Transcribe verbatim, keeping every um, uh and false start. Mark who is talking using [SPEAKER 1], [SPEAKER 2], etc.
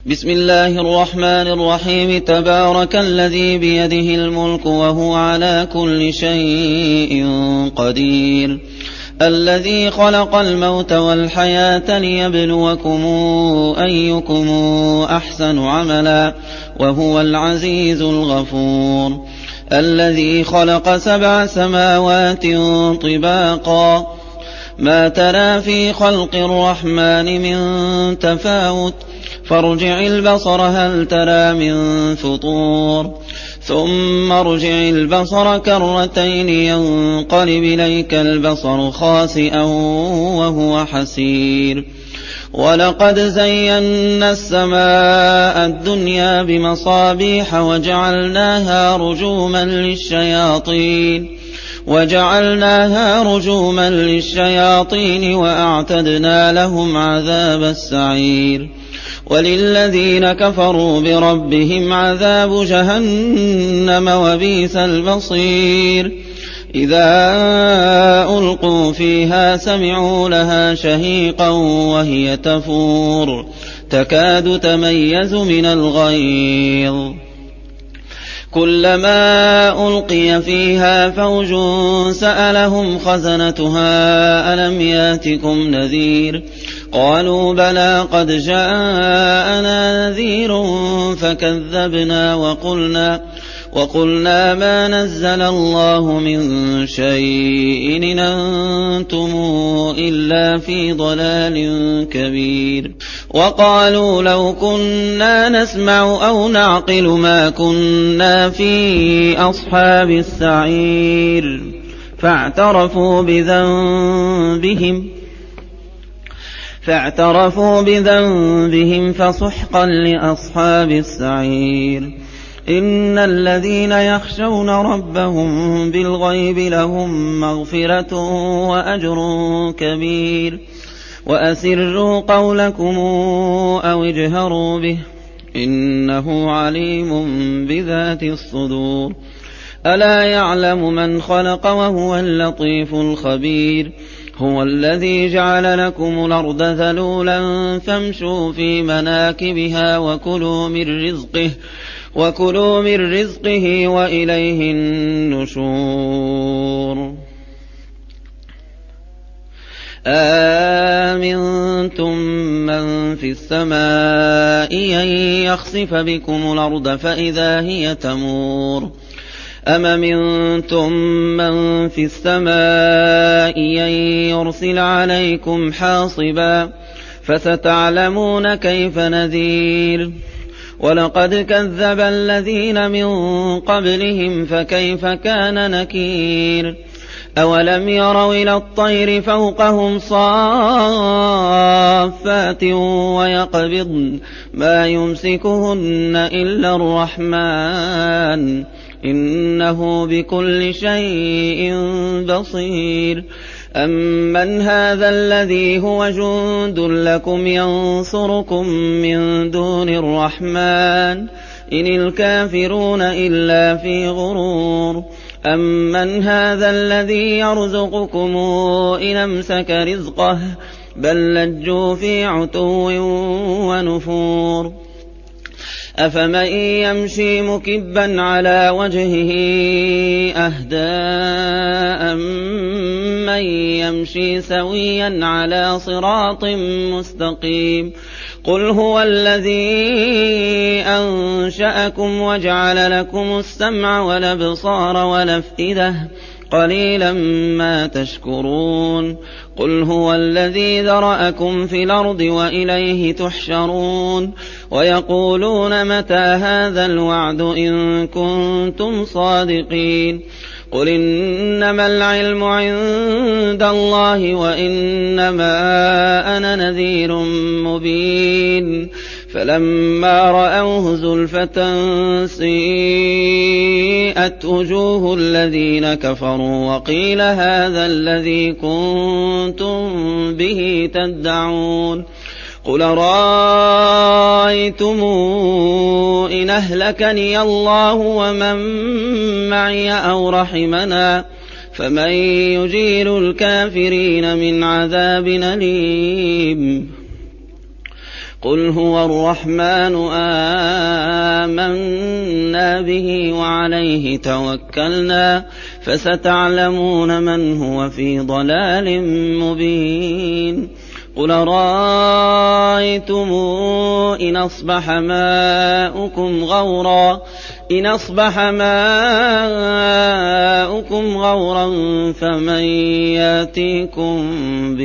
[SPEAKER 1] بسم الله الرحمن الرحيم تبارك الذي بيده الملك وهو على كل شيء قدير الذي خلق الموت والحياة ليبلوكم أيكم أحسن عملا وهو العزيز الغفور الذي خلق سبع سماوات طباقا ما ترى في خلق الرحمن من تفاوت فارجع البصر هل ترى من فطور ثم ارجع البصر كرتين ينقلب إليك البصر خاسئا وهو حسير ولقد زينا السماء الدنيا بمصابيح وجعلناها رجوما للشياطين وجعلناها رجوما للشياطين وأعتدنا لهم عذاب السعير وللذين كفروا بربهم عذاب جهنم وبئس المصير إذا ألقوا فيها سمعوا لها شهيقا وهي تفور تكاد تميز من الغيظ كلما ألقي فيها فوج سألهم خزنتها ألم ياتكم نذير قالوا بلى قد جاءنا نذير فكذبنا وقلنا وقلنا ما نزل الله من شيء إن أنتم إلا في ضلال كبير وقالوا لو كنا نسمع أو نعقل ما كنا في أصحاب السعير فاعترفوا بذنبهم فاعترفوا بذنبهم فسحقا لأصحاب السعير إن الذين يخشون ربهم بالغيب لهم مغفرة وأجر كبير وأسروا قولكم أو اجهروا به إنه عليم بذات الصدور ألا يعلم من خلق وهو اللطيف الخبير هو الذي جعل لكم الأرض ذلولا فامشوا في مناكبها وكلوا من رزقه وكلوا من رزقه وإليه النشور آمنتم من في السماء أن يخسف بكم الأرض فإذا هي تمور أم منتم من في السماء أن يرسل عليكم حاصبا فستعلمون كيف نذير ولقد كذب الذين من قبلهم فكيف كان نكير أولم يروا إلى الطير فوقهم صافات ويقبضن ما يمسكهن إلا الرحمن إنه بكل شيء بصير أمن هذا الذي هو جند لكم ينصركم من دون الرحمن إن الكافرون إلا في غرور أمن هذا الذي يرزقكم إن أمسك رزقه بل لجوا في عتو ونفور أفمن يمشي مكبا على وجهه أهدى أمن يمشي سويا على صراط مستقيم قل هو الذي أنشأكم وجعل لكم السمع والأبصار والأفئدة قليلا ما تشكرون قل هو الذي ذرأكم في الأرض وإليه تحشرون ويقولون متى هذا الوعد إن كنتم صادقين قل إنما العلم عند الله وإنما أنا نذير مبين فلما رأوه زلفة سيئت وجوه الذين كفروا وقيل هذا الذي كنتم به تدعون قل رأيتم إن أهلكني الله ومن معي أو رحمنا فمن يجير الكافرين من عذاب أليم قل هو الرحمن آمنا به وعليه توكلنا فستعلمون من هو في ضلال مبين قل رأيتم إن أصبح ماؤكم غورا إن أصبح ماؤكم غورا فمن يأتيكم بماء معين.